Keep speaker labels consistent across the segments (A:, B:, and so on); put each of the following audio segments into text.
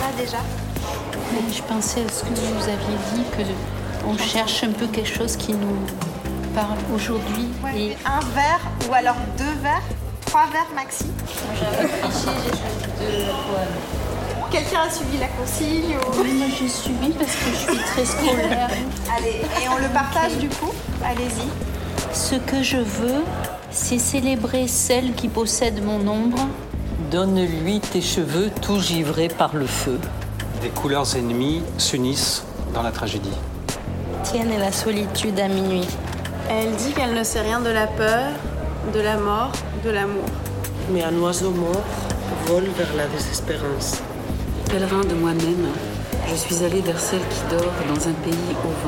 A: ça déjà?
B: Je pensais à ce que vous aviez dit, qu'on cherche un peu quelque chose qui nous parle aujourd'hui.
A: Ouais. Et un vers, ou alors 2 vers, 3 vers maxi.
B: J'avais réfléchi, j'ai choisi 2 poèmes.
A: Quelqu'un a suivi la consigne ou...
B: Oui, moi j'ai suivi parce que je suis très scolaire.
A: Allez, et on le partage du coup? Allez-y.
B: Ce que je veux, c'est célébrer celle qui possède mon ombre.
C: Donne-lui tes cheveux tout givrés par le feu.
D: Des couleurs ennemies s'unissent dans la tragédie.
B: Tienne et la solitude à minuit.
A: Elle dit qu'elle ne sait rien de la peur, de la mort, de l'amour.
E: Mais un oiseau mort vole vers la désespérance.
F: Pèlerin de moi-même, je suis allée vers celle qui dort dans un pays au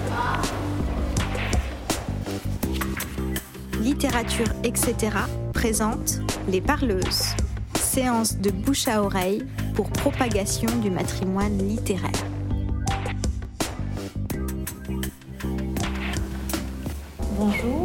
F: vent.
G: Littérature, etc. présente Les Parleuses. Séance de bouche à oreille pour propagation du matrimoine littéraire.
A: Bonjour.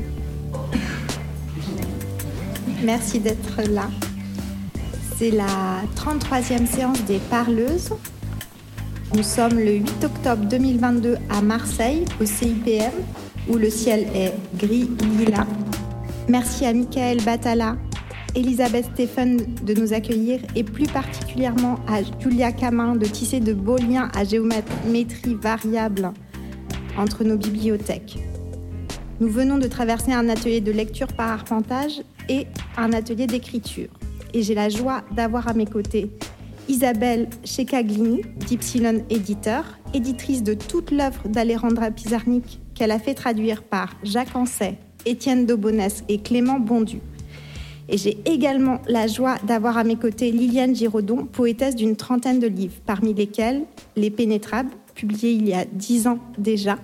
A: Merci d'être là. C'est la 33e séance des Parleuses. Nous sommes le 8 octobre 2022 à Marseille, au CIPM, où le ciel est gris-lilas. Merci à Michael Batala, Elisabeth Stephen de nous accueillir et plus particulièrement à Julia Camin de tisser de beaux liens à géométrie variable entre nos bibliothèques. Nous venons de traverser un atelier de lecture par arpentage et un atelier d'écriture. Et j'ai la joie d'avoir à mes côtés Isabelle Cecaglini, d'Ypsilon Éditeur, éditrice de toute l'œuvre d'Alejandra Pizarnik qu'elle a fait traduire par Jacques Ancet, Étienne Daubonès et Clément Bondu. Et j'ai également la joie d'avoir à mes côtés Liliane Giraudon, poétesse d'une trentaine de livres, parmi lesquels Les Pénétrables, publié il y a 10 ans déjà,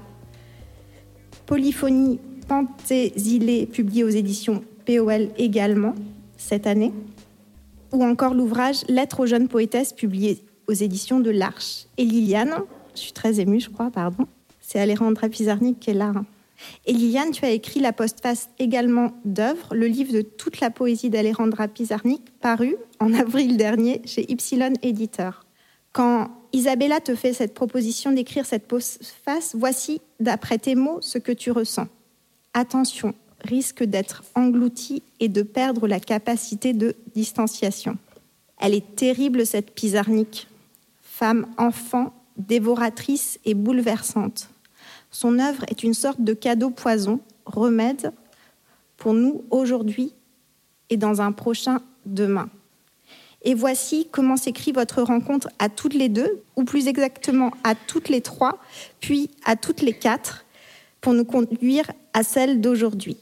A: Polyphonie Pentésilée, publié aux éditions POL également cette année, ou encore l'ouvrage Lettres aux jeunes poétesses, publié aux éditions de l'Arche. Et Liliane, je suis très émue, je crois, pardon, c'est Alejandra Pizarnik qui est là. Et Liliane, tu as écrit la postface également d'œuvres, le livre de toute la poésie d'Alejandra Pizarnik, paru en avril dernier chez Ypsilon Éditeur. Quand Isabella te fait cette proposition d'écrire cette postface, voici, d'après tes mots, ce que tu ressens. Attention, risque d'être englouti et de perdre la capacité de distanciation. Elle est terrible, cette Pizarnik. Femme, enfant, dévoratrice et bouleversante. Son œuvre est une sorte de cadeau poison, remède pour nous aujourd'hui et dans un prochain demain. Et voici comment s'écrit votre rencontre à toutes les deux, ou plus exactement à toutes les trois, puis à toutes les quatre, pour nous conduire à celle d'aujourd'hui.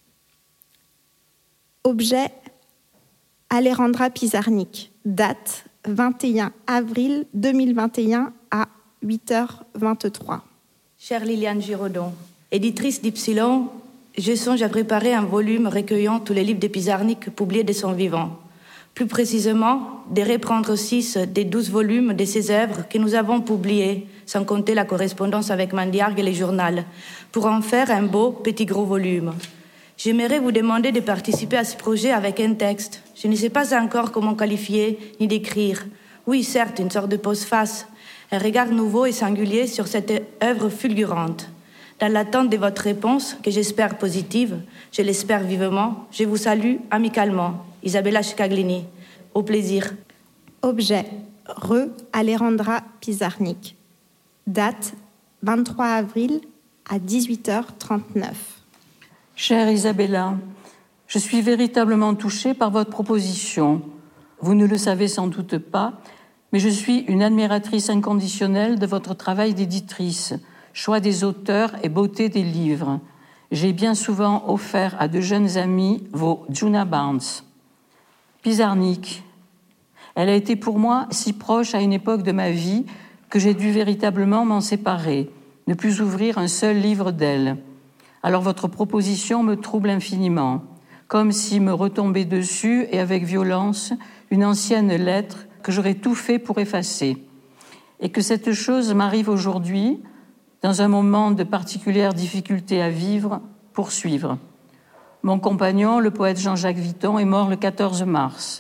A: Objet, Alejandra Pizarnik. Date, 21 avril 2021 à 8h23.
H: Chère Liliane Giraudon, éditrice d'Ypsilon, je songe à préparer un volume recueillant tous les livres de Pizarnik publiés de son vivant. Plus précisément, de reprendre 6 des 12 volumes de ses œuvres que nous avons publiés, sans compter la correspondance avec Mandiargue et les journaux, pour en faire un beau petit gros volume. J'aimerais vous demander de participer à ce projet avec un texte. Je ne sais pas encore comment qualifier ni décrire. Oui, certes, une sorte de postface, un regard nouveau et singulier sur cette œuvre fulgurante. Dans l'attente de votre réponse, que j'espère positive, je l'espère vivement, je vous salue amicalement. Isabella Cecaglini. Au plaisir.
A: Objet, Alejandra Pizarnik. Date, 23 avril à 18h39.
C: Chère Isabella, je suis véritablement touchée par votre proposition. Vous ne le savez sans doute pas, mais je suis une admiratrice inconditionnelle de votre travail d'éditrice, choix des auteurs et beauté des livres. J'ai bien souvent offert à de jeunes amis vos Djuna Barnes. Pizarnik, elle a été pour moi si proche à une époque de ma vie que j'ai dû véritablement m'en séparer, ne plus ouvrir un seul livre d'elle. Alors votre proposition me trouble infiniment, comme si me retombait dessus et avec violence une ancienne lettre que j'aurais tout fait pour effacer. Et que cette chose m'arrive aujourd'hui, dans un moment de particulière difficulté à vivre, poursuivre. Mon compagnon, le poète Jean-Jacques Vitton, est mort le 14 mars.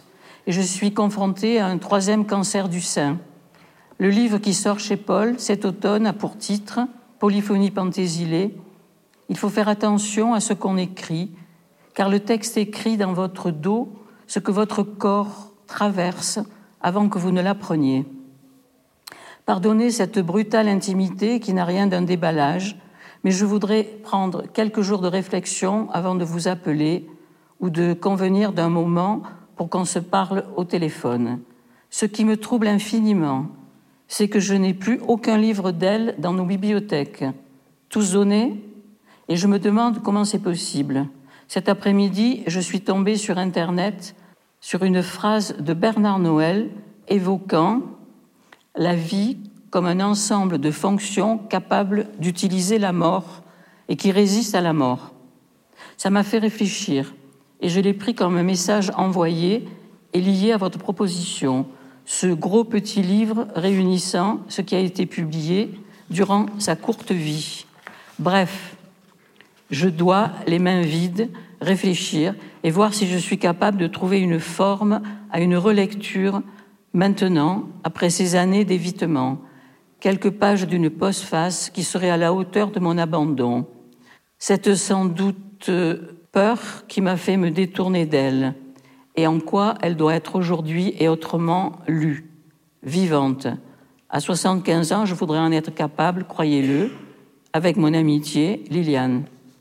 C: et je suis confrontée à un 3e cancer du sein. Le livre qui sort chez Paul cet automne a pour titre « Polyphonie Pentésilée ». Il faut faire attention à ce qu'on écrit, car le texte écrit dans votre dos ce que votre corps traverse avant que vous ne l'appreniez. Pardonnez cette brutale intimité qui n'a rien d'un déballage, mais je voudrais prendre quelques jours de réflexion avant de vous appeler ou de convenir d'un moment pour qu'on se parle au téléphone. Ce qui me trouble infiniment, c'est que je n'ai plus aucun livre d'elle dans nos bibliothèques. Tous donnés, et je me demande comment c'est possible. Cet après-midi, je suis tombée sur Internet sur une phrase de Bernard Noël évoquant la vie comme un ensemble de fonctions capables d'utiliser la mort et qui résistent à la mort. Ça m'a fait réfléchir et je l'ai pris comme un message envoyé et lié à votre proposition, ce gros petit livre réunissant ce qui a été publié durant sa courte vie. Bref, je dois, les mains vides, réfléchir et voir si je suis capable de trouver une forme à une relecture maintenant, après ces années d'évitement. Quelques pages d'une postface qui serait à la hauteur de mon abandon. Cette sans doute peur qui m'a fait me détourner d'elle, et en quoi elle doit être aujourd'hui et autrement lue, vivante. À 75 ans, je voudrais en être capable, croyez-le, avec mon amitié, Liliane.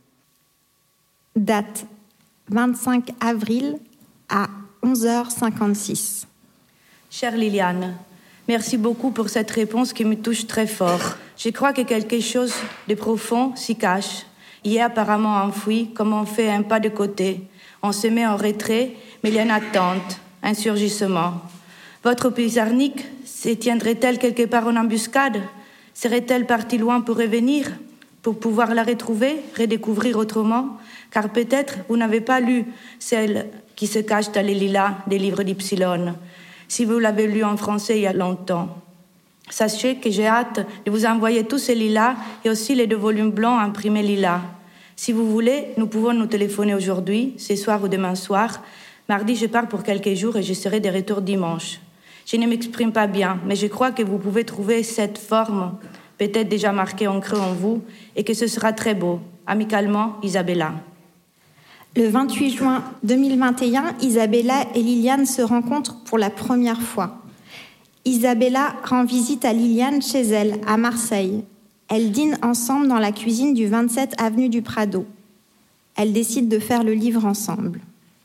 A: Date 25 avril à 11h56.
H: Chère Liliane, merci beaucoup pour cette réponse qui me touche très fort. Je crois que quelque chose de profond s'y cache. Il est apparemment enfoui, comme on fait un pas de côté. On se met en retrait, mais il y a une attente, un surgissement. Votre Pizarnik se tiendrait-elle quelque part en embuscade? Serait-elle partie loin pour revenir, pour pouvoir la retrouver, redécouvrir autrement? Car peut-être vous n'avez pas lu celle qui se cache dans les lilas des livres d'Ypsilon, si vous l'avez lu en français il y a longtemps. Sachez que j'ai hâte de vous envoyer tous ces lilas et aussi les 2 volumes blancs imprimés lilas. Si vous voulez, nous pouvons nous téléphoner aujourd'hui, ce soir ou demain soir. Mardi, je pars pour quelques jours et je serai de retour dimanche. Je ne m'exprime pas bien, mais je crois que vous pouvez trouver cette forme, peut-être déjà marquée en creux en vous, et que ce sera très beau. Amicalement, Isabella.
A: Le 28 juin 2021, Isabella et Liliane se rencontrent pour la première fois. Isabella rend visite à Liliane chez elle, à Marseille. Elles dînent ensemble dans la cuisine du 27 avenue du Prado. Elles décident de faire le livre ensemble.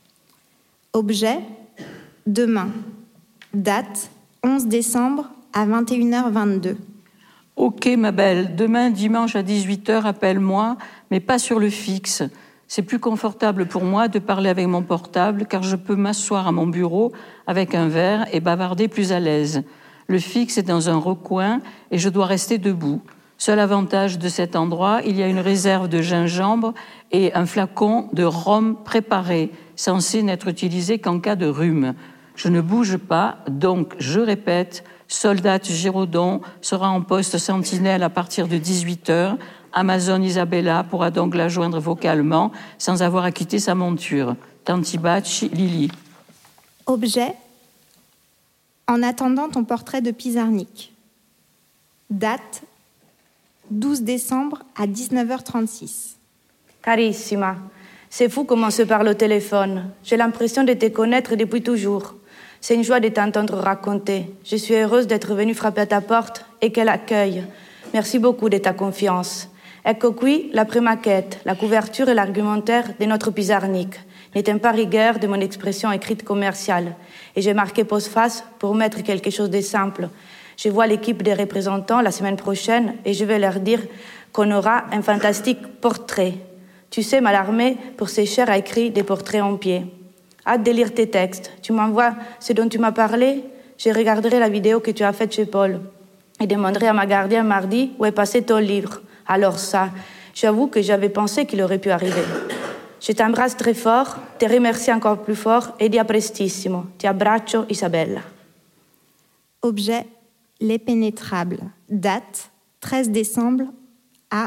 A: Objet, demain. Date, 11 décembre à 21h22.
C: Ok, ma belle, demain, dimanche à 18h, appelle-moi, mais pas sur le fixe. C'est plus confortable pour moi de parler avec mon portable, car je peux m'asseoir à mon bureau avec un verre et bavarder plus à l'aise. Le fixe est dans un recoin et je dois rester debout. Seul avantage de cet endroit, il y a une réserve de gingembre et un flacon de rhum préparé, censé n'être utilisé qu'en cas de rhume. Je ne bouge pas, donc je répète, Soldate Giraudon sera en poste sentinelle à partir de 18h. Amazon Isabella pourra donc la joindre vocalement sans avoir à quitter sa monture. Tantibaci, Lili.
A: Objet, en attendant ton portrait de Pizarnik. Date, 12 décembre à 19h36.
H: Carissima, c'est fou comment on se parle au téléphone. J'ai l'impression de te connaître depuis toujours. C'est une joie de t'entendre raconter. Je suis heureuse d'être venue frapper à ta porte et qu'elle accueille. Merci beaucoup de ta confiance. Ecco qui la prémaquette, la couverture et l'argumentaire de notre Pizarnik. N'étant pas rigueur de mon expression écrite commerciale. Et j'ai marqué postface pour mettre quelque chose de simple. Je vois l'équipe des représentants la semaine prochaine et je vais leur dire qu'on aura un fantastique portrait. Tu sais, m'alarmer pour ces chers à écrire des portraits en pied. Hâte de lire tes textes. Tu m'envoies ce dont tu m'as parlé. Je regarderai la vidéo que tu as faite chez Paul et demanderai à ma gardienne mardi où est passé ton livre. Alors ça, j'avoue que j'avais pensé qu'il aurait pu arriver. Je t'embrasse très fort, te remercie encore plus fort et dis à prestissimo. Ti abbraccio, Isabella.
A: Objet, les pénétrables. Date, 13 décembre à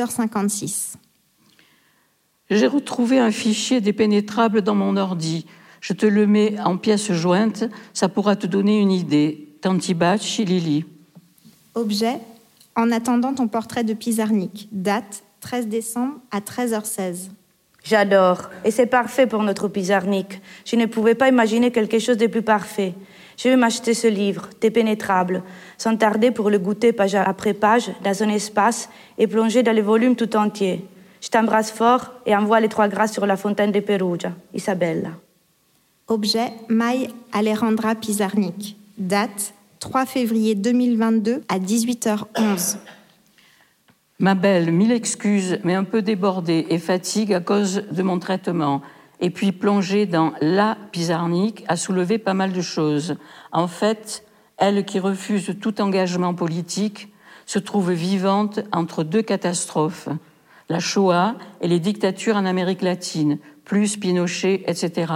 A: 12h56.
C: J'ai retrouvé un fichier des pénétrables dans mon ordi. Je te le mets en pièces jointes, ça pourra te donner une idée. Tanti baci, Lili.
A: Objet, en attendant ton portrait de Pizarnik. Date, 13 décembre à 13h16.
H: J'adore, et c'est parfait pour notre Pizarnik. Je ne pouvais pas imaginer quelque chose de plus parfait. Je vais m'acheter ce livre, Dépénétrable, sans tarder pour le goûter page après page, dans un espace, et plonger dans le volume tout entier. Je t'embrasse fort et envoie les 3 grâces sur la fontaine de Perugia. Isabella.
A: Objet, Mai Alejandra Pizarnik. Date, 3 février 2022 à 18h11.
C: Ma belle, 1000 excuses, mais un peu débordée et fatigue à cause de mon traitement. Et puis plonger dans la Pizarnik a soulevé pas mal de choses. En fait, elle qui refuse tout engagement politique se trouve vivante entre 2 catastrophes, la Shoah et les dictatures en Amérique latine, plus Pinochet, etc.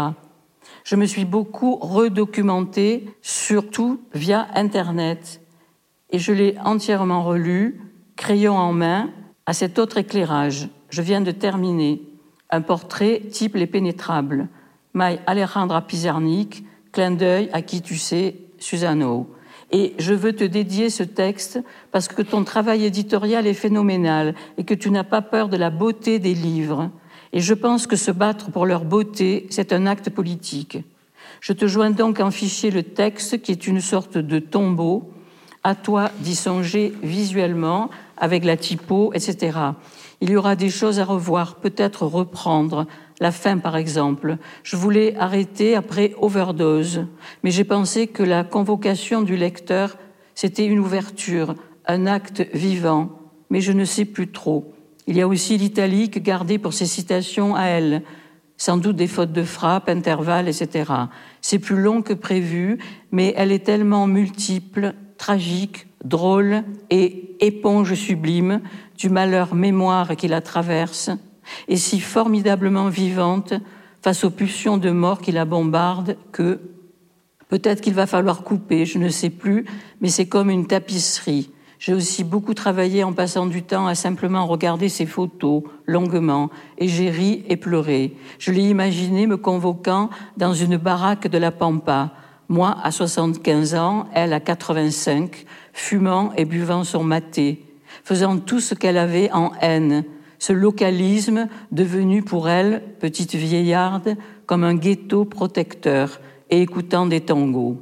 C: Je me suis beaucoup redocumentée, surtout via Internet, et je l'ai entièrement relu, crayon en main, à cet autre éclairage. Je viens de terminer. Un portrait type Les Pénétrables. Mai Alejandra Pizarnik, clin d'œil à qui tu sais, Susano. Et je veux te dédier ce texte parce que ton travail éditorial est phénoménal et que tu n'as pas peur de la beauté des livres. Et je pense que se battre pour leur beauté, c'est un acte politique. Je te joins donc en fichier le texte qui est une sorte de tombeau. À toi d'y songer visuellement, avec la typo, etc. Il y aura des choses à revoir, peut-être reprendre. La fin, par exemple. Je voulais arrêter après Overdose, mais j'ai pensé que la convocation du lecteur, c'était une ouverture, un acte vivant, mais je ne sais plus trop. Il y a aussi l'italique gardée pour ses citations à elle, sans doute des fautes de frappe, intervalles, etc. C'est plus long que prévu, mais elle est tellement multiple, tragique, drôle et éponge sublime du malheur mémoire qui la traverse, et si formidablement vivante face aux pulsions de mort qui la bombardent que peut-être qu'il va falloir couper, je ne sais plus, mais c'est comme une tapisserie. J'ai aussi beaucoup travaillé en passant du temps à simplement regarder ses photos longuement, et j'ai ri et pleuré. Je l'ai imaginé me convoquant dans une baraque de la Pampa, moi à 75 ans, elle à 85, fumant et buvant son maté, faisant tout ce qu'elle avait en haine, ce localisme devenu pour elle, petite vieillarde, comme un ghetto protecteur, et écoutant des tangos.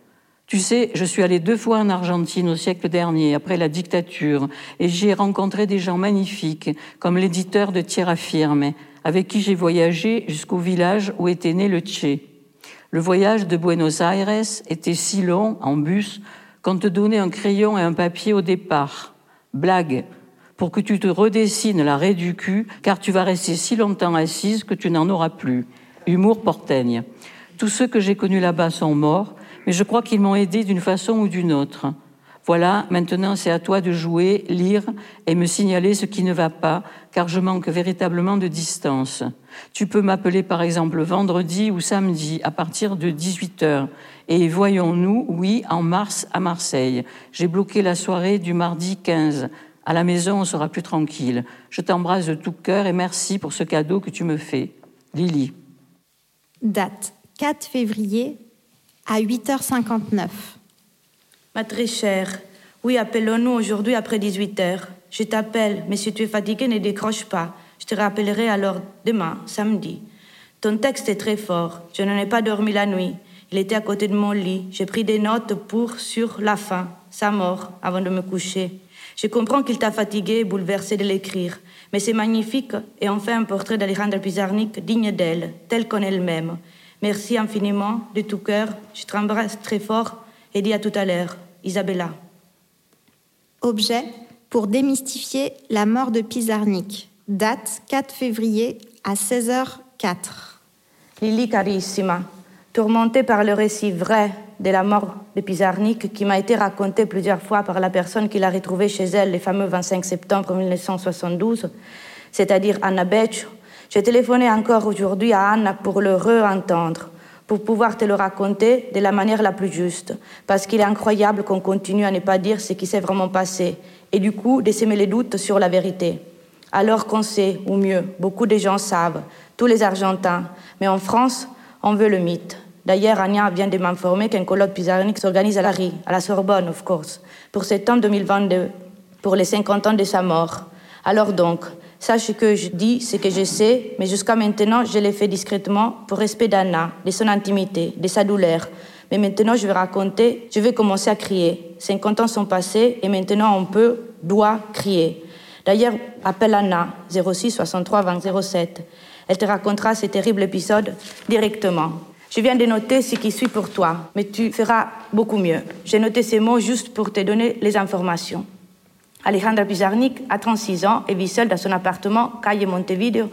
C: Tu sais, je suis allée 2 fois en Argentine au siècle dernier, après la dictature, et j'y ai rencontré des gens magnifiques, comme l'éditeur de Tierra Firme, avec qui j'ai voyagé jusqu'au village où était né le Che. Le voyage de Buenos Aires était si long, en bus, qu'on te donnait un crayon et un papier au départ. Blague, pour que tu te redessines la raie du cul, car tu vas rester si longtemps assise que tu n'en auras plus. Humour porteigne. Tous ceux que j'ai connus là-bas sont morts, mais je crois qu'ils m'ont aidé d'une façon ou d'une autre. Voilà, maintenant c'est à toi de jouer, lire et me signaler ce qui ne va pas, car je manque véritablement de distance. Tu peux m'appeler par exemple vendredi ou samedi à partir de 18h. Et voyons-nous, oui, en mars à Marseille. J'ai bloqué la soirée du mardi 15. À la maison, on sera plus tranquille. Je t'embrasse de tout cœur et merci pour ce cadeau que tu me fais. Lily.
A: Date 4 février à 8h59.
H: Ma très chère, oui, appelons-nous aujourd'hui après 18h. Je t'appelle, mais si tu es fatiguée, ne décroche pas. Je te rappellerai alors demain, samedi. Ton texte est très fort. Je n'en ai pas dormi la nuit. Il était à côté de mon lit. J'ai pris des notes sur la fin, sa mort, avant de me coucher. Je comprends qu'il t'a fatigué et bouleversé de l'écrire. Mais c'est magnifique et on fait un portrait d'Alejandra Pizarnik digne d'elle, telle qu'on elle-même. Merci infiniment, de tout cœur. Je t'embrasse très fort et dis à tout à l'heure. Isabella.
A: Objet, pour démystifier la mort de Pizarnik. Date 4 février à 16h04.
H: Lily carissima, tourmentée par le récit vrai de la mort de Pizarnik qui m'a été raconté plusieurs fois par la personne qui l'a retrouvé chez elle le fameux 25 septembre 1972, c'est-à-dire Anna Beccio, j'ai téléphoné encore aujourd'hui à Anna pour le re-entendre, pour pouvoir te le raconter de la manière la plus juste, parce qu'il est incroyable qu'on continue à ne pas dire ce qui s'est vraiment passé, et du coup de s'aimer les doutes sur la vérité. Alors qu'on sait, ou mieux, beaucoup de gens savent, tous les Argentins, mais en France, On veut le mythe. D'ailleurs, Anya vient de m'informer qu'un colloque Pizarnik s'organise à Paris, à la Sorbonne, of course, pour septembre 2022, pour les 50 ans de sa mort. Alors donc, sache que je dis ce que je sais, mais jusqu'à maintenant, je l'ai fait discrètement pour respect d'Anna, de son intimité, de sa douleur. Mais maintenant, je vais commencer à crier. 50 ans sont passés et maintenant on doit crier. D'ailleurs, appelle Anna, 06 63 20 07. Elle te racontera ce terrible épisode directement. Je viens de noter ce qui suit pour toi, mais tu feras beaucoup mieux. J'ai noté ces mots juste pour te donner les informations. Alejandra Pizarnik a 36 ans et vit seule dans son appartement, calle Montevideo,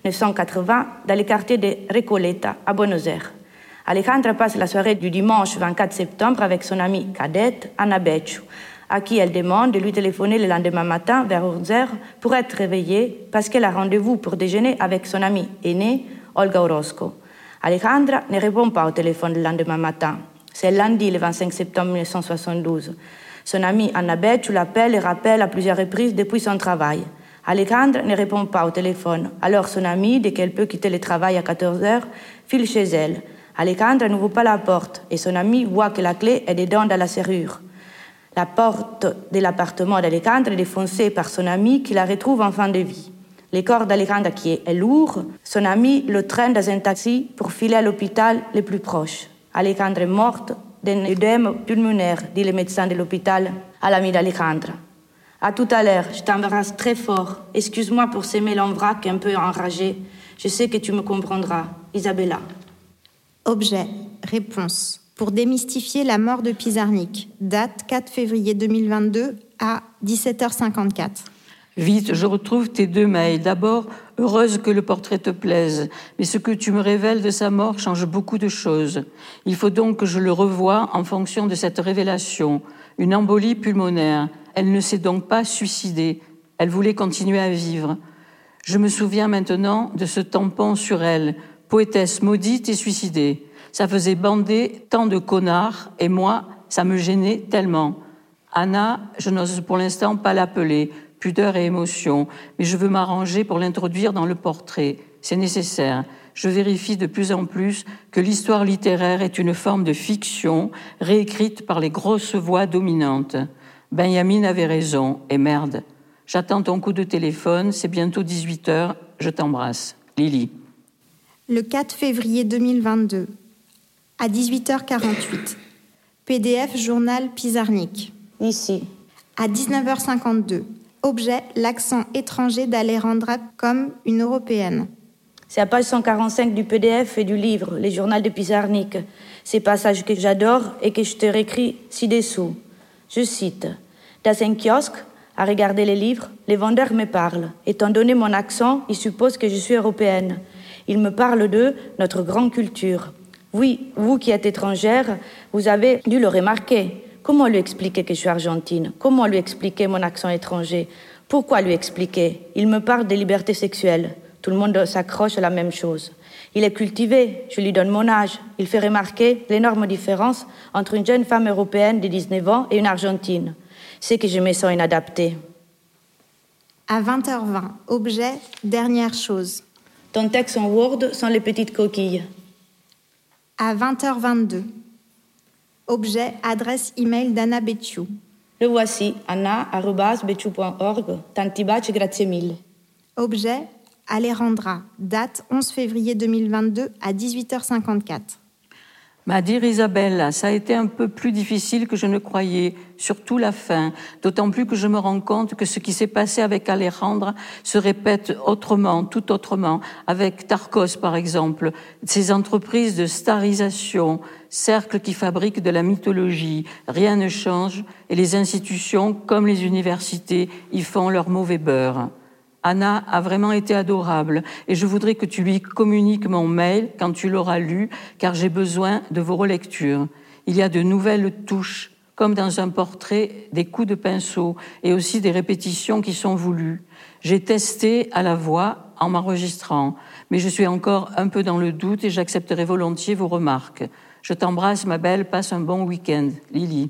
H: 980, dans le quartier de Recoleta, à Buenos Aires. Alejandra passe la soirée du dimanche 24 septembre avec son amie cadette, Anna Becciu, à qui elle demande de lui téléphoner le lendemain matin vers 11h pour être réveillée parce qu'elle a rendez-vous pour déjeuner avec son amie aînée, Olga Orozco. Alejandra ne répond pas au téléphone le lendemain matin. C'est lundi, le 25 septembre 1972. Son amie Anna Becciu l'appelle et rappelle à plusieurs reprises depuis son travail. Alejandra ne répond pas au téléphone. Alors son amie, dès qu'elle peut quitter le travail à 14h, file chez elle. Alejandra n'ouvre pas la porte et son amie voit que la clé est dedans dans la serrure. La porte de l'appartement d'Alejandra est défoncée par son amie qui la retrouve en fin de vie. Le corps d'Alejandra qui est lourd, son ami le traîne dans un taxi pour filer à l'hôpital le plus proche. Alejandra est morte d'un œdème pulmonaire, dit le médecin de l'hôpital à l'ami d'Alejandra. À tout à l'heure, je t'embrasse très fort. Excuse-moi pour ces mails en vrac un peu enragés. Je sais que tu me comprendras. Isabella.
A: Objet, réponse. Pour démystifier la mort de Pizarnik. Date 4 février 2022 à 17h54.
C: Vite, je retrouve tes 2 mails. D'abord, heureuse que le portrait te plaise, mais ce que tu me révèles de sa mort change beaucoup de choses. Il faut donc que je le revoie en fonction de cette révélation. Une embolie pulmonaire. Elle ne s'est donc pas suicidée. Elle voulait continuer à vivre. Je me souviens maintenant de ce tampon sur elle. Poétesse maudite et suicidée. Ça faisait bander tant de connards et moi, ça me gênait tellement. Anna, je n'ose pour l'instant pas l'appeler. Pudeur et émotion, mais je veux m'arranger pour l'introduire dans le portrait. C'est nécessaire. Je vérifie de plus en plus que l'histoire littéraire est une forme de fiction réécrite par les grosses voix dominantes. Benjamin avait raison, et merde. J'attends ton coup de téléphone, c'est bientôt 18h, je t'embrasse. Lily.
A: Le 4 février 2022, à 18h48. PDF Journal Pizarnik.
H: Ici.
A: À 19h52. Objet, l'accent étranger d'Alejandra comme une européenne.
H: C'est à page 145 du PDF et du livre, les journaux de Pizarnik. Ces passages que j'adore et que je te réécris ci-dessous. Je cite. Dans un kiosque, à regarder les livres, les vendeurs me parlent. Étant donné mon accent, ils supposent que je suis européenne. Ils me parlent de notre grande culture. Oui, vous qui êtes étrangère, vous avez dû le remarquer. Comment lui expliquer que je suis argentine? Comment lui expliquer mon accent étranger? Pourquoi lui expliquer? Il me parle de liberté sexuelle. Tout le monde s'accroche à la même chose. Il est cultivé, je lui donne mon âge. Il fait remarquer l'énorme différence entre une jeune femme européenne de 19 ans et une argentine. C'est que je me sens inadaptée.
A: À 20h20, objet, dernière chose.
H: Ton texte en Word sont les petites coquilles.
A: À 20h22. Objet, adresse email d'Anna Becciu.
H: Le voici, anna@becciu.org. Tanti baci, grazie mille.
A: Objet, Alejandra. Date 11 février 2022 à 18h54.
C: Ma dire Isabella, ça a été un peu plus difficile que je ne croyais, surtout la fin, d'autant plus que je me rends compte que ce qui s'est passé avec Alejandra se répète autrement, tout autrement, avec Tarkos par exemple, ces entreprises de starisation, cercles qui fabriquent de la mythologie, rien ne change et les institutions, comme les universités, y font leur mauvais beurre. Anna a vraiment été adorable et je voudrais que tu lui communiques mon mail quand tu l'auras lu, car j'ai besoin de vos relectures. Il y a de nouvelles touches, comme dans un portrait, des coups de pinceau et aussi des répétitions qui sont voulues. J'ai testé à la voix en m'enregistrant, mais je suis encore un peu dans le doute et j'accepterai volontiers vos remarques. Je t'embrasse, ma belle, passe un bon week-end. Lily.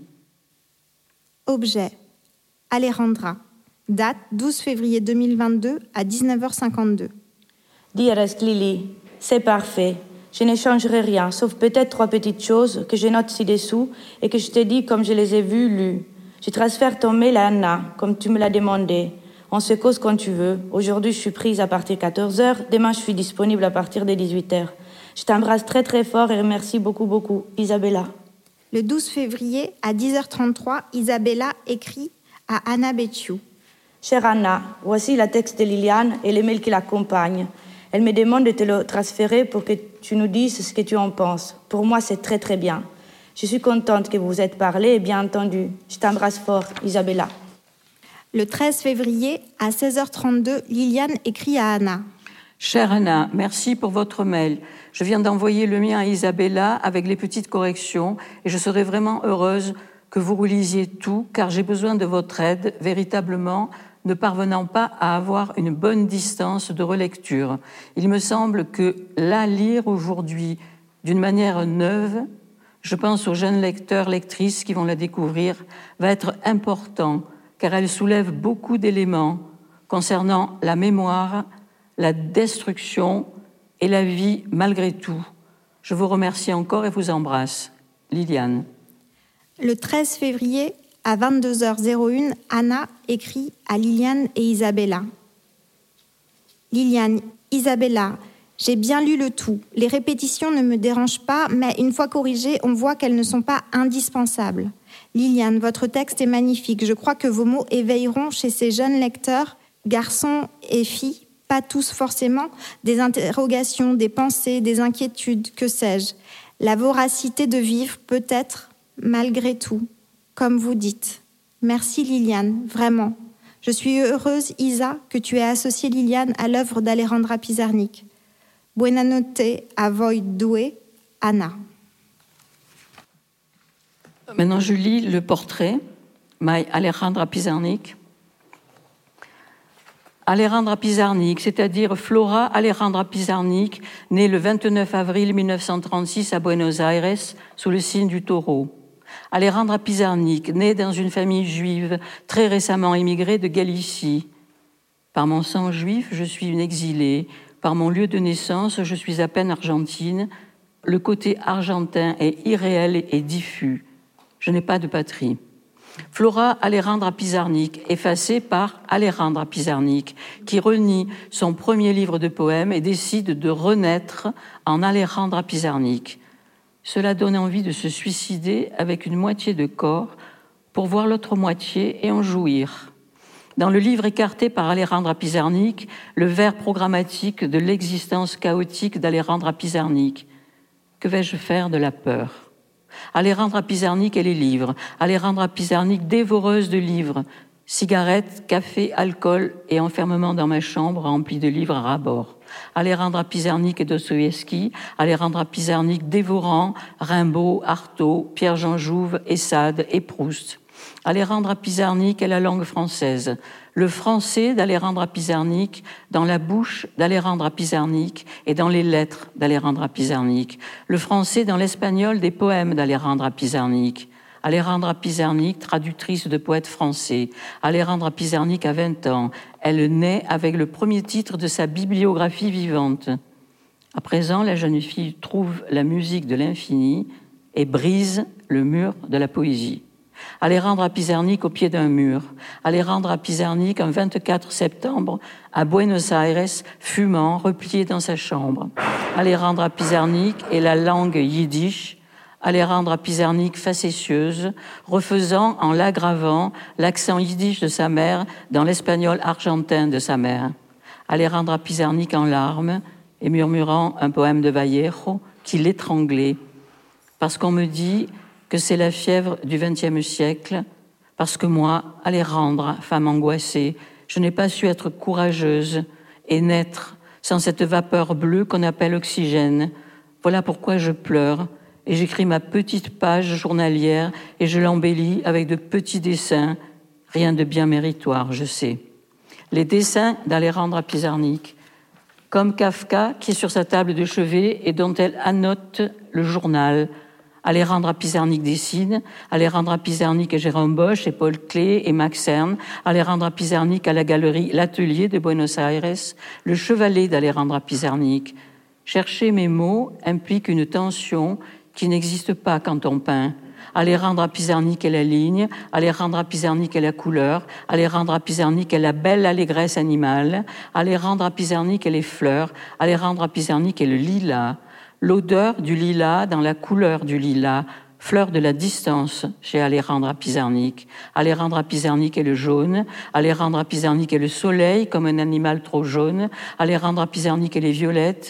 A: Objet, Alejandra. Date 12 février 2022 à 19h52.
H: Dearest Lily, c'est parfait. Je n'échangerai rien, sauf peut-être 3 petites choses que je note ci-dessous et que je te dis comme je les ai vues, lues. Je transfère ton mail à Anna, comme tu me l'as demandé. On se cause quand tu veux. Aujourd'hui, je suis prise à partir de 14h. Demain, je suis disponible à partir de 18h. Je t'embrasse très très fort et remercie beaucoup beaucoup. Isabella.
A: Le 12 février, à 10h33, Isabella écrit à Anna Betchou.
H: Chère Anna, voici le texte de Liliane et les mails qui l'accompagnent. Elle me demande de te le transférer pour que tu nous dises ce que tu en penses. Pour moi, c'est très très bien. Je suis contente que vous vous êtes parlé et bien entendu. Je t'embrasse fort, Isabella.
A: Le 13 février, à 16h32, Liliane écrit à Anna.
C: Chère Anna, merci pour votre mail. Je viens d'envoyer le mien à Isabella avec les petites corrections et je serais vraiment heureuse que vous relisiez tout car j'ai besoin de votre aide, véritablement, ne parvenant pas à avoir une bonne distance de relecture. Il me semble que la lire aujourd'hui d'une manière neuve, je pense aux jeunes lecteurs, lectrices qui vont la découvrir, va être important car elle soulève beaucoup d'éléments concernant la mémoire, la destruction et la vie malgré tout. Je vous remercie encore et vous embrasse. Liliane.
A: Le 13 février, à 22h01, Anna écrit à Liliane et Isabella. Liliane, Isabella, j'ai bien lu le tout. Les répétitions ne me dérangent pas, mais une fois corrigées, on voit qu'elles ne sont pas indispensables. Liliane, votre texte est magnifique. Je crois que vos mots éveilleront chez ces jeunes lecteurs, garçons et filles, pas tous forcément, des interrogations, des pensées, des inquiétudes, que sais-je. La voracité de vivre, peut-être, malgré tout, comme vous dites. Merci Liliane, vraiment. Je suis heureuse, Isa, que tu aies associé Liliane à l'œuvre d'Alejandra Pizarnik. Buena notte a voi due, Anna.
C: Maintenant, je lis le portrait, My Alejandra Pizarnik. Alejandra Pizarnik, c'est-à-dire Flora Alejandra Pizarnik, née le 29 avril 1936 à Buenos Aires, sous le signe du taureau. Alejandra Pizarnik, née dans une famille juive très récemment émigrée de Galicie. Par mon sang juif, je suis une exilée. Par mon lieu de naissance, je suis à peine argentine. Le côté argentin est irréel et diffus. Je n'ai pas de patrie. Flora Alejandra Pizarnik, effacée par Alejandra Pizarnik, qui renie son premier livre de poèmes et décide de renaître en Alejandra Pizarnik. Cela donne envie de se suicider avec une moitié de corps pour voir l'autre moitié et en jouir. Dans le livre écarté par Alejandra Pizarnik, le vers programmatique de l'existence chaotique d'Alejandra Pizarnik. Que vais-je faire de la peur ? Alejandra Pizarnik et les livres. Alejandra Pizarnik, dévoreuse de livres. Cigarettes, café, alcool et enfermement dans ma chambre remplie de livres à ras-bord. Alejandra Pizarnik et Dostoïevski. Alejandra Pizarnik dévorant Rimbaud, Artaud, Pierre-Jean Jouve, Sade et Proust. Alejandra Pizarnik et la langue française. Le français d'Alejandra Pizarnik dans la bouche d'Alejandra Pizarnik et dans les lettres d'Alejandra Pizarnik. Le français dans l'espagnol des poèmes d'Alejandra Pizarnik. Alejandra Pizarnik, traductrice de poètes français. Alejandra Pizarnik a 20 ans. Elle naît avec le premier titre de sa bibliographie vivante. À présent, la jeune fille trouve la musique de l'infini et brise le mur de la poésie. Alejandra Pizarnik au pied d'un mur. Alejandra Pizarnik, un 24 septembre, à Buenos Aires, fumant, replié dans sa chambre. Alejandra Pizarnik et la langue yiddish. Alejandra Pizarnik facétieuse, refaisant en l'aggravant l'accent yiddish de sa mère dans l'espagnol argentin de sa mère. Alejandra Pizarnik en larmes et murmurant un poème de Vallejo qui l'étranglait. Parce qu'on me dit que c'est la fièvre du XXe siècle, parce que moi, Alejandra, femme angoissée, je n'ai pas su être courageuse et naître sans cette vapeur bleue qu'on appelle oxygène. Voilà pourquoi je pleure et j'écris ma petite page journalière et je l'embellis avec de petits dessins, rien de bien méritoire, je sais. Les dessins d'Alejandra Pizarnik, comme Kafka qui est sur sa table de chevet et dont elle annote le journal. Alejandra Pizarnik dessine, Alejandra Pizarnik et Jérôme Bosch et Paul Klee et Max Cern, Alejandra Pizarnik à la galerie L'Atelier de Buenos Aires, le chevalet d'Alejandra Pizarnik. Chercher mes mots implique une tension qui n'existe pas quand on peint. Alejandra Pizarnik est la ligne, Alejandra Pizarnik est la couleur, Alejandra Pizarnik est la belle allégresse animale, Alejandra Pizarnik est les fleurs, Alejandra Pizarnik est le lilas, l'odeur du lilas dans la couleur du lilas, fleur de la distance chez Alejandra Pizarnik. Alejandra Pizarnik est le jaune, Alejandra Pizarnik est le soleil comme un animal trop jaune, Alejandra Pizarnik est les violettes,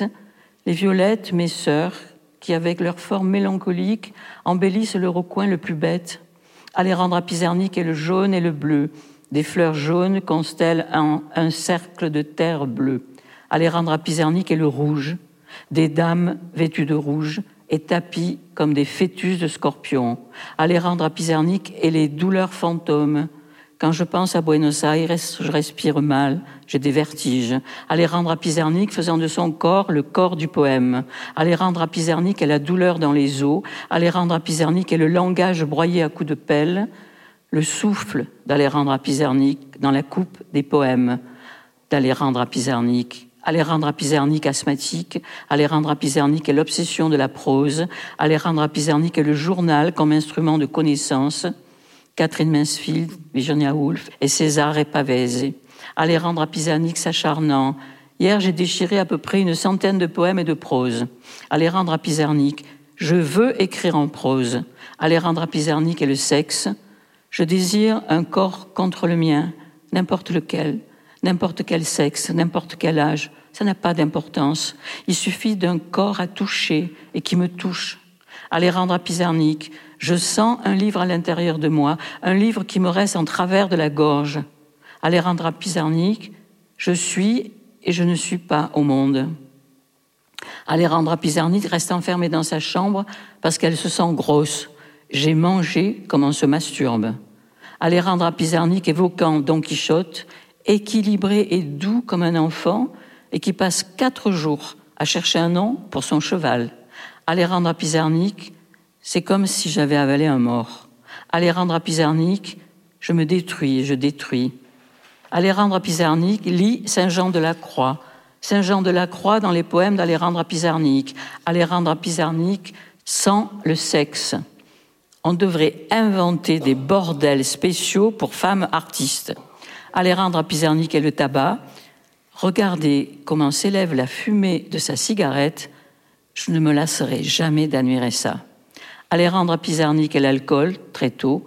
C: mes sœurs, qui, avec leur forme mélancolique, embellissent le recoin le plus bête. Alejandra Pizarnik est le jaune et le bleu. Des fleurs jaunes constellent un cercle de terre bleue. Alejandra Pizarnik est le rouge. Des dames vêtues de rouge et tapies comme des fœtus de scorpions. Alejandra Pizarnik est les douleurs fantômes. Quand je pense à Buenos Aires, je respire mal, j'ai des vertiges. Alejandra Pizarnik faisant de son corps le corps du poème. Alejandra Pizarnik est la douleur dans les os. Alejandra Pizarnik est le langage broyé à coups de pelle. Le souffle d'Alejandra Pizarnik dans la coupe des poèmes d'Alejandra Pizarnik. Alejandra Pizarnik asthmatique. Alejandra Pizarnik est l'obsession de la prose. Alejandra Pizarnik est le journal comme instrument de connaissance. Catherine Mansfield, Virginia Woolf et César Pavese. Alejandra Pizarnik s'acharnant. Hier, j'ai déchiré à peu près 100 de poèmes et de prose. Alejandra Pizarnik, je veux écrire en prose. Alejandra Pizarnik est le sexe. Je désire un corps contre le mien, n'importe lequel, n'importe quel sexe, n'importe quel âge. Ça n'a pas d'importance. Il suffit d'un corps à toucher et qui me touche. Alejandra Pizarnik, je sens un livre à l'intérieur de moi, un livre qui me reste en travers de la gorge. Alejandra Pizarnik, je suis et je ne suis pas au monde. Alejandra Pizarnik reste enfermée dans sa chambre parce qu'elle se sent grosse. J'ai mangé comme on se masturbe. Alejandra Pizarnik évoquant Don Quichotte, équilibré et doux comme un enfant et qui passe 4 jours à chercher un nom pour son cheval. Alejandra Pizarnik, c'est comme si j'avais avalé un mort. Alejandra Pizarnik, je me détruis, je détruis. Alejandra Pizarnik lit Saint-Jean de la Croix. Saint-Jean de la Croix dans les poèmes d'Alejandra Pizarnik. Alejandra Pizarnik sans le sexe. On devrait inventer des bordels spéciaux pour femmes artistes. Alejandra Pizarnik et le tabac. Regardez comment s'élève la fumée de sa cigarette. Je ne me lasserai jamais d'admirer ça. Alejandra Pizarnik et l'alcool, très tôt.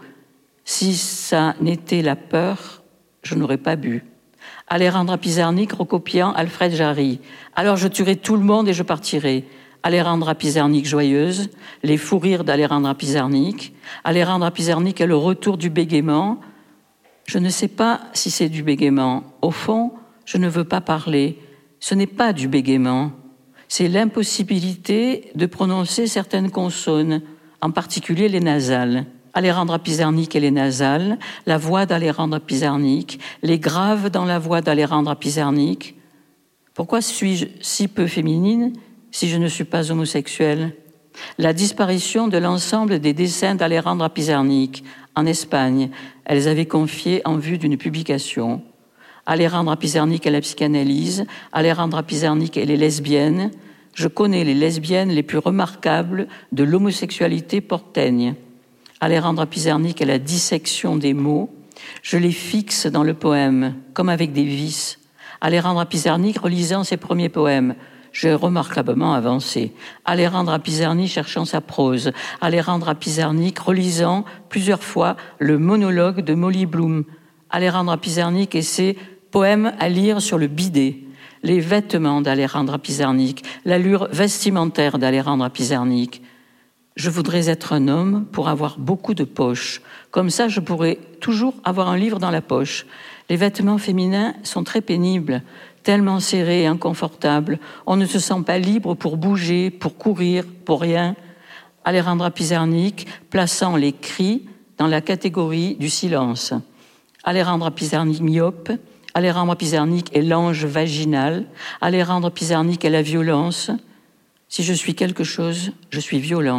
C: Si ça n'était la peur, je n'aurais pas bu. Alejandra Pizarnik recopiant Alfred Jarry. Alors je tuerai tout le monde et je partirai. Alejandra Pizarnik joyeuse, les fous rires d'Alejandra Pizarnik. Alejandra Pizarnik est le retour du bégaiement. Je ne sais pas si c'est du bégaiement. Au fond, je ne veux pas parler. Ce n'est pas du bégaiement. C'est l'impossibilité de prononcer certaines consonnes, en particulier les nasales. Alejandra Pizarnik et les nasales, la voix d'Alejandra Pizarnik, les graves dans la voix d'Alejandra Pizarnik. Pourquoi suis-je si peu féminine si je ne suis pas homosexuelle? La disparition de l'ensemble des dessins d'Alejandra Pizarnik en Espagne, elles avaient confié en vue d'une publication. Alejandra Pizarnik et la psychanalyse, Alejandra Pizarnik et les lesbiennes. Je connais les lesbiennes les plus remarquables de l'homosexualité porteigne. Alejandra Pizarnik et la dissection des mots. Je les fixe dans le poème, comme avec des vis. Alejandra Pizarnik relisant ses premiers poèmes. J'ai remarquablement avancé. Alejandra Pizarnik cherchant sa prose. Alejandra Pizarnik relisant plusieurs fois le monologue de Molly Bloom. Alejandra Pizarnik et ses poèmes à lire sur le bidet. Les vêtements d'Alejandra Pizarnik, l'allure vestimentaire d'Alejandra Pizarnik. Je voudrais être un homme pour avoir beaucoup de poches. Comme ça, je pourrais toujours avoir un livre dans la poche. Les vêtements féminins sont très pénibles, tellement serrés et inconfortables. On ne se sent pas libre pour bouger, pour courir, pour rien. Alejandra Pizarnik plaçant les cris dans la catégorie du silence. Alejandra Pizarnik myope. Alejandra Pizarnik est l'ange vaginal. Alejandra Pizarnik est la violence. Si je suis quelque chose, je suis violence.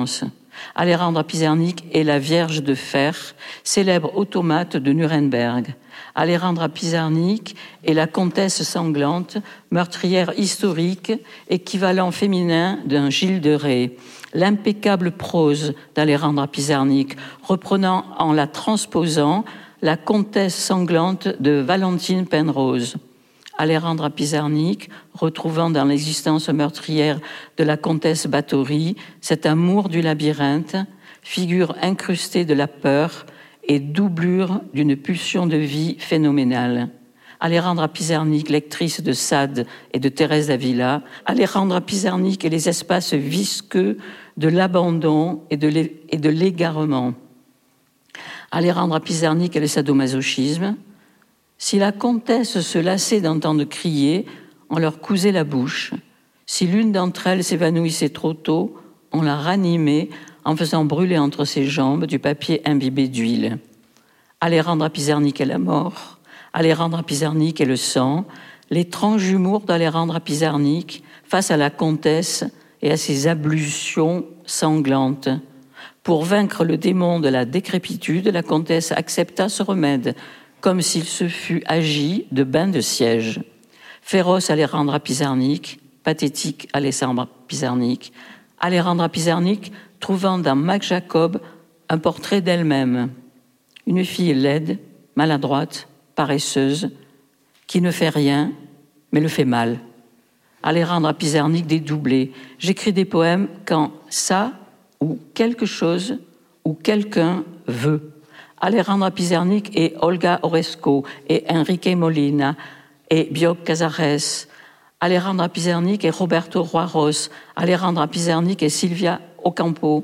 C: Alejandra Pizarnik est la Vierge de fer, célèbre automate de Nuremberg. Alejandra Pizarnik est la comtesse sanglante, meurtrière historique, équivalent féminin d'un Gilles de Ré. L'impeccable prose d'Alejandra Pizarnik, reprenant en la transposant la comtesse sanglante de Valentine Penrose. Alejandra Pizarnik, retrouvant dans l'existence meurtrière de la comtesse Báthory cet amour du labyrinthe, figure incrustée de la peur et doublure d'une pulsion de vie phénoménale. Alejandra Pizarnik, lectrice de Sade et de Thérèse d'Avila, Alejandra Pizarnik et les espaces visqueux de l'abandon et de l'égarement. Alejandra Pizarnik et le sadomasochisme. Si la comtesse se lassait d'entendre crier, on leur cousait la bouche. Si l'une d'entre elles s'évanouissait trop tôt, on la ranimait en faisant brûler entre ses jambes du papier imbibé d'huile. Alejandra Pizarnik et la mort, Alejandra Pizarnik et le sang, l'étrange humour d'Alejandra Pizarnik face à la comtesse et à ses ablutions sanglantes. Pour vaincre le démon de la décrépitude, la comtesse accepta ce remède, comme s'il se fût agi de bain de siège. Féroce Alejandra Pizarnik, pathétique Alejandra Pizarnik. Alejandra Pizarnik trouvant dans Mac Jacob un portrait d'elle-même. Une fille laide, maladroite, paresseuse, qui ne fait rien, mais le fait mal. Alejandra Pizarnik dédoublée. J'écris des poèmes quand ça ou quelque chose ou quelqu'un veut. Alejandra Pizarnik et Olga Orozco et Enrique Molina et Bioc Casares. Alejandra Pizarnik et Roberto Juarros. Alejandra Pizarnik et Silvia Ocampo.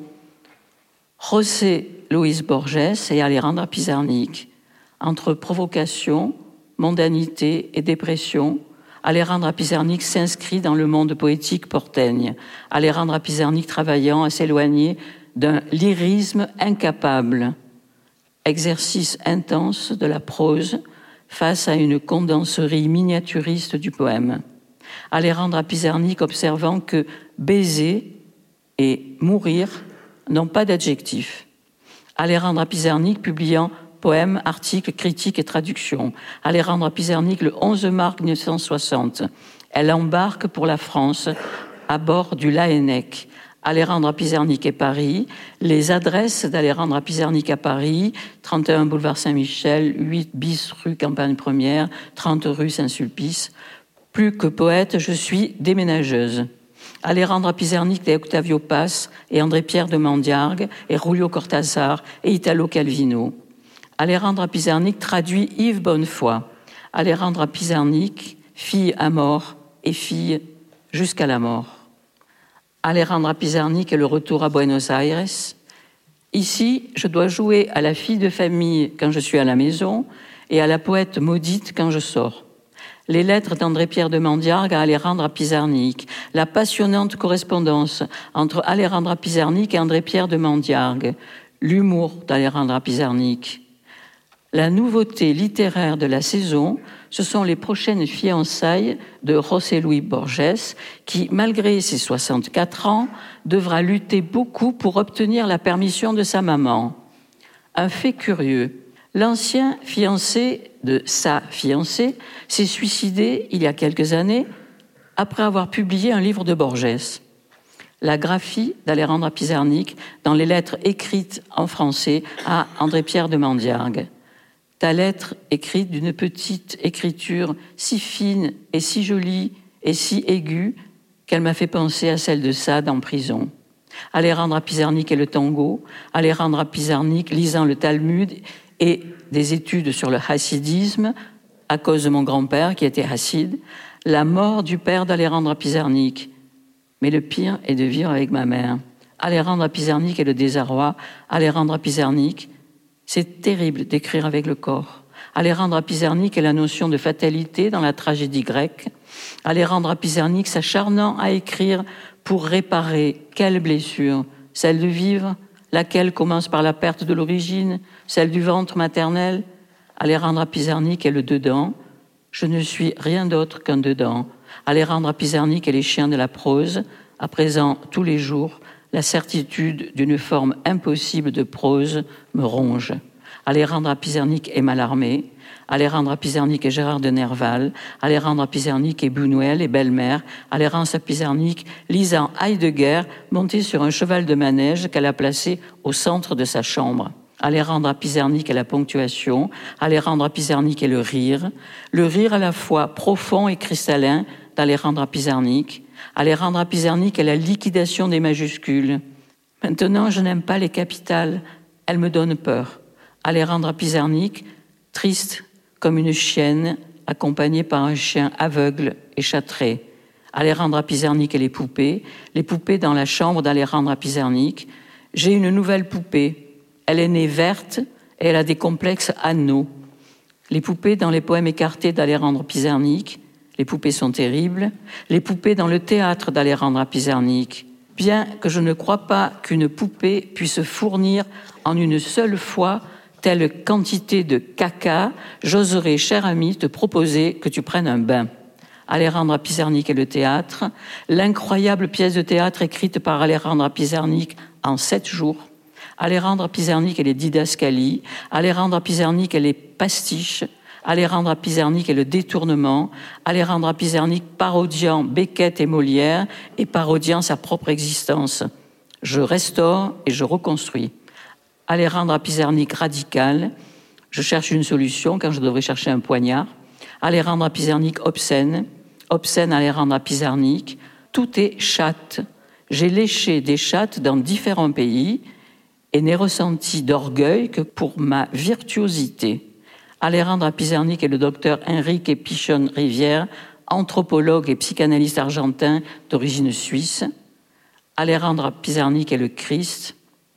C: José Luis Borges et Alejandra Pizarnik. Entre provocation, mondanité et dépression, Alejandra Pizarnik s'inscrit dans le monde poétique porteigne. Alejandra Pizarnik travaillant à s'éloigner d'un lyrisme incapable. Exercice intense de la prose face à une condenserie miniaturiste du poème. Alejandra Pizarnik observant que baiser et mourir n'ont pas d'adjectif. Alejandra Pizarnik publiant poèmes, articles, critiques et traductions. Alejandra Pizarnik le 11 mars 1960. Elle embarque pour la France à bord du Laennec. Alejandra Pizarnik et Paris, les adresses d'Alejandra Pizarnik à Paris, 31 boulevard Saint-Michel, 8 bis rue Campagne Première, 30 rue Saint-Sulpice. Plus que poète, je suis déménageuse. Alejandra Pizarnik et Octavio Paz et André-Pierre de Mandiargue et Julio Cortázar et Italo Calvino. Alejandra Pizarnik traduit Yves Bonnefoy. Alejandra Pizarnik, fille à mort et fille jusqu'à la mort. Alejandra Pizarnik et le retour à Buenos Aires. Ici, je dois jouer à la fille de famille quand je suis à la maison et à la poète maudite quand je sors. Les lettres d'André-Pierre de Mandiargue à Alejandra Pizarnik, la passionnante correspondance entre Alejandra Pizarnik et André-Pierre de Mandiargue, l'humour d'Alejandra Pizarnik. La nouveauté littéraire de la saison, ce sont les prochaines fiançailles de José Luis Borges, qui, malgré ses 64 ans, devra lutter beaucoup pour obtenir la permission de sa maman. Un fait curieux, l'ancien fiancé de sa fiancée s'est suicidé il y a quelques années après avoir publié un livre de Borges. La graphie d'Alejandra Pizarnik dans les lettres écrites en français à André-Pierre de Mandiargue. Ta lettre écrite d'une petite écriture si fine et si jolie et si aiguë qu'elle m'a fait penser à celle de Sade en prison. Alejandra Pizarnik et le tango, Alejandra Pizarnik lisant le Talmud et des études sur le hassidisme à cause de mon grand-père qui était hasside, la mort du père d'Alejandra Pizarnik. Mais le pire est de vivre avec ma mère. Alejandra Pizarnik et le désarroi, Alejandra Pizarnik. C'est terrible d'écrire avec le corps. Alejandra Pizarnik et la notion de fatalité dans la tragédie grecque. Alejandra Pizarnik s'acharnant à écrire pour réparer quelle blessure? Celle de vivre, laquelle commence par la perte de l'origine, celle du ventre maternel. Alejandra Pizarnik et le dedans. Je ne suis rien d'autre qu'un dedans. Alejandra Pizarnik et les chiens de la prose. À présent, tous les jours, la certitude d'une forme impossible de prose me ronge. Alejandra Pizarnik et Mallarmé, Alejandra Pizarnik et Gérard de Nerval, Alejandra Pizarnik et Buñuel et Belle-Mère, Alejandra Pizarnik lisant Heidegger montée sur un cheval de manège qu'elle a placé au centre de sa chambre. Alejandra Pizarnik et la ponctuation, Alejandra Pizarnik et le rire à la fois profond et cristallin d'Alejandra Pizarnik, Alejandra Pizarnik et la liquidation des majuscules. Maintenant, je n'aime pas les capitales, elles me donnent peur. Alejandra Pizarnik, triste comme une chienne accompagnée par un chien aveugle et châtré. Alejandra Pizarnik et les poupées dans la chambre d'Alejandra Pizarnik. J'ai une nouvelle poupée. Elle est née verte et elle a des complexes anneaux. Les poupées dans les poèmes écartés d'Alejandra Pizarnik. Les poupées sont terribles. Les poupées dans le théâtre d'Alejandra Pizarnik. Bien que je ne crois pas qu'une poupée puisse fournir en une seule fois telle quantité de caca, j'oserais, cher ami, te proposer que tu prennes un bain. Alejandra Pizarnik et le théâtre, l'incroyable pièce de théâtre écrite par Alejandra Pizarnik en 7 jours. Alejandra Pizarnik et les didascalies, Alejandra Pizarnik et les pastiches, Alejandra Pizarnik et le détournement, Alejandra Pizarnik parodiant Beckett et Molière et parodiant sa propre existence. Je restaure et je reconstruis. Alejandra Pizarnik radicale, je cherche une solution quand je devrais chercher un poignard. Alejandra Pizarnik obscène Alejandra Pizarnik, tout est chatte. J'ai léché des chattes dans différents pays et n'ai ressenti d'orgueil que pour ma virtuosité. Alejandra Pizarnik et le docteur Enrique Pichon-Rivière, anthropologue et psychanalyste argentin d'origine suisse. Alejandra Pizarnik et le Christ.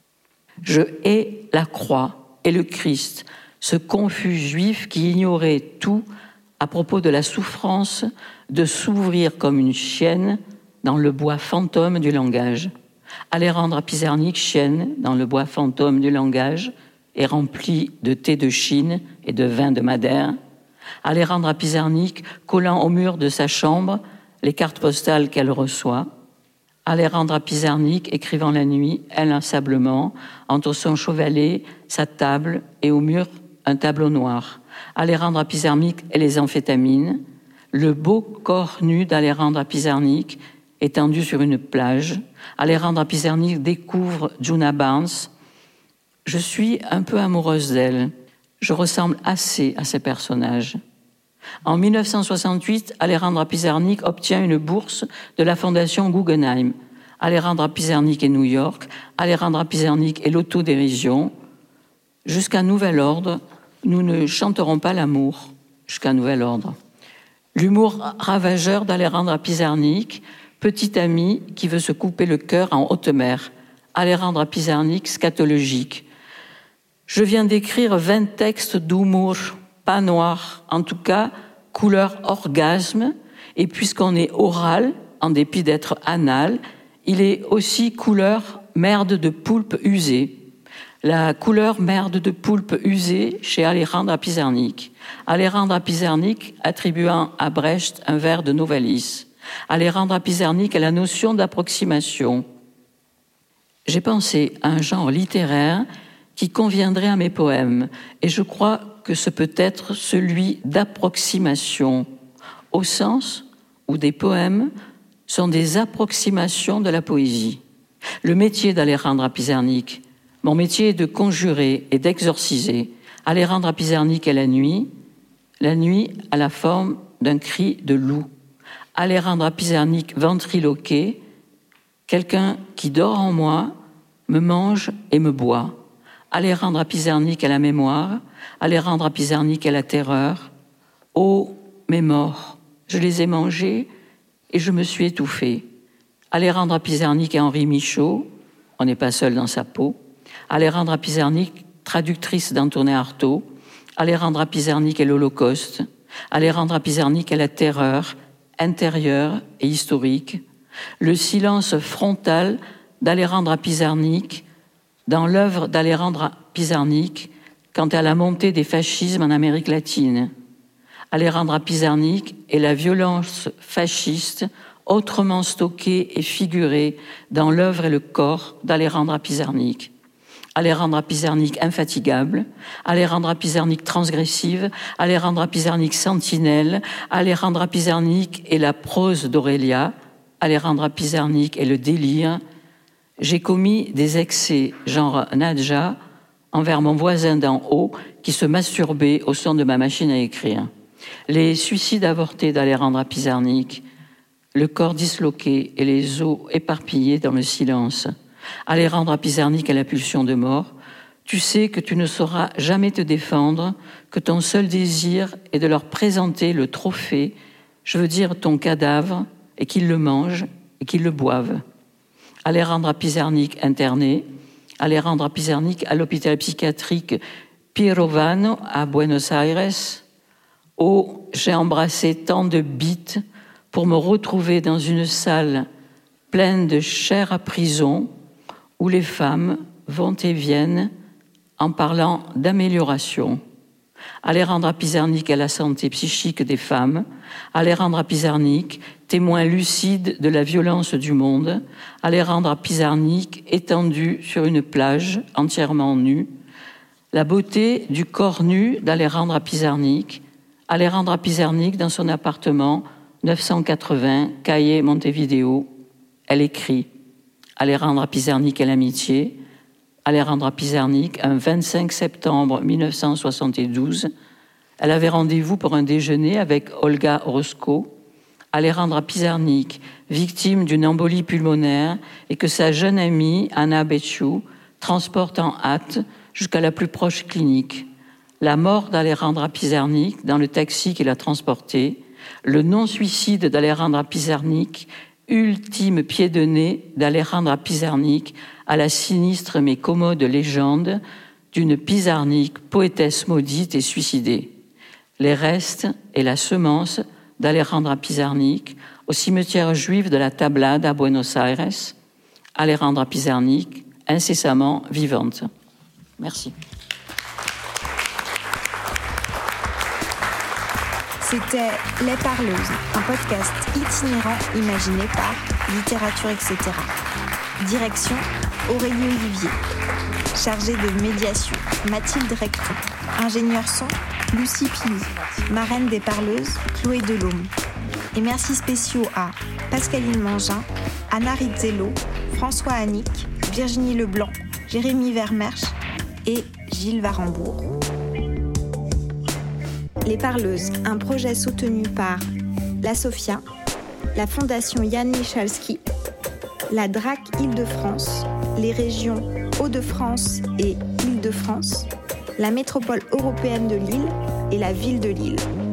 C: Je hais la croix et le Christ, ce confus juif qui ignorait tout à propos de la souffrance de s'ouvrir comme une chienne dans le bois fantôme du langage. Alejandra Pizarnik, chienne dans le bois fantôme du langage, est remplie de thé de Chine et de vin de Madère. Alejandra Pizarnik collant au mur de sa chambre les cartes postales qu'elle reçoit. Alejandra Pizarnik écrivant la nuit, inlassablement, entre son chevalet, sa table et au mur un tableau noir. Alejandra Pizarnik et les amphétamines, le beau corps nu d'Alejandra Pizarnik étendu sur une plage. Alejandra Pizarnik découvre Djuna Barnes. Je suis un peu amoureuse d'elle. Je ressemble assez à ces personnages. En 1968, Alejandra Pizarnik obtient une bourse de la fondation Guggenheim. Alejandra Pizarnik et New York, Alejandra Pizarnik et l'autodérision. Jusqu'à nouvel ordre, nous ne chanterons pas l'amour. Jusqu'à nouvel ordre. L'humour ravageur d'Alejandra Pizarnik, petite amie qui veut se couper le cœur en haute mer. Alejandra Pizarnik, scatologique. Je viens d'écrire 20 textes d'humour, pas noir, en tout cas, couleur orgasme, et puisqu'on est oral, en dépit d'être anal, il est aussi couleur merde de poulpe usée. La couleur merde de poulpe usée chez Alejandra Pizarnik. Alejandra Pizarnik attribuant à Brecht un vers de Novalis. Alejandra Pizarnik a la notion d'approximation. J'ai pensé à un genre littéraire qui conviendrait à mes poèmes, et je crois que ce peut être celui d'approximation, au sens où des poèmes sont des approximations de la poésie. Le métier d'Alejandra Pizarnik, mon métier est de conjurer et d'exorciser. Alejandra Pizarnik et la nuit a la forme d'un cri de loup. Alejandra Pizarnik ventriloquée, quelqu'un qui dort en moi, me mange et me boit. Alejandra Pizarnik à la mémoire, Alejandra Pizarnik à la terreur. Oh, mes morts, je les ai mangés et je me suis étouffée. Alejandra Pizarnik et Henri Michaud, on n'est pas seul dans sa peau. Alejandra Pizarnik, traductrice d'Antonin Artaud. Alejandra Pizarnik et l'Holocauste. Alejandra Pizarnik et la terreur intérieure et historique. Le silence frontal d'Alejandra Pizarnik dans l'œuvre d'Alejandra Pizarnik quant à la montée des fascismes en Amérique latine. Alejandra Pizarnik et la violence fasciste autrement stockées et figurées dans l'œuvre et le corps d'Alejandra Pizarnik. Alejandra Pizarnik infatigable, Alejandra Pizarnik transgressive, Alejandra Pizarnik sentinelle, Alejandra Pizarnik et la prose d'Aurélia, Alejandra Pizarnik et le délire. J'ai commis des excès, genre Nadja, envers mon voisin d'en haut qui se masturbait au son de ma machine à écrire. Les suicides avortés d'Alejandra Pizarnik, le corps disloqué et les os éparpillés dans le silence. Alejandra Pizarnik à la pulsion de mort. Tu sais que tu ne sauras jamais te défendre, que ton seul désir est de leur présenter le trophée, je veux dire ton cadavre, et qu'ils le mangent et qu'ils le boivent. Alejandra Pizarnik internée, Alejandra Pizarnik à l'hôpital psychiatrique Pirovano à Buenos Aires. Oh, j'ai embrassé tant de bites pour me retrouver dans une salle pleine de chair à prison où les femmes vont et viennent en parlant d'amélioration. Alejandra Pizarnik à la santé psychique des femmes, Alejandra Pizarnik, témoin lucide de la violence du monde, Alejandra Pizarnik étendue sur une plage entièrement nue, la beauté du corps nu d'Alejandra Pizarnik, Alejandra Pizarnik dans son appartement 980, Calle Montevideo, elle écrit Alejandra Pizarnik et l'amitié, Alejandra Pizarnik, un 25 septembre 1972, elle avait rendez-vous pour un déjeuner avec Olga Orozco, Alejandra Pizarnik, victime d'une embolie pulmonaire et que sa jeune amie, Anna Becciu, transporte en hâte jusqu'à la plus proche clinique. La mort d'Alejandra Pizarnik dans le taxi qui l'a transportée, le non-suicide d'Alejandra Pizarnik, ultime pied de nez d'Alejandra Pizarnik à la sinistre mais commode légende d'une Pizarnik, poétesse maudite et suicidée. Les restes et la semence d'Alejandra Pizarnik au cimetière juif de la Tablada à Buenos Aires. Alejandra Pizarnik, incessamment vivante. Merci.
G: C'était Les Parleuses, un podcast itinérant imaginé par Littérature, etc. Direction Aurélie Olivier. Chargée de médiation, Mathilde Recton. Ingénieur son, Lucie Pili. Marraine des Parleuses, Chloé Delhomme. Et merci spéciaux à Pascaline Mangin, Anna Rizzello, François Annick, Virginie Leblanc, Jérémy Vermersch et Gilles Varembourg. Les Parleuses, un projet soutenu par la Sophia, la Fondation Jan Michalski, la DRAC Île-de-France, les régions Hauts-de-France et Île-de-France, la métropole européenne de Lille et la ville de Lille.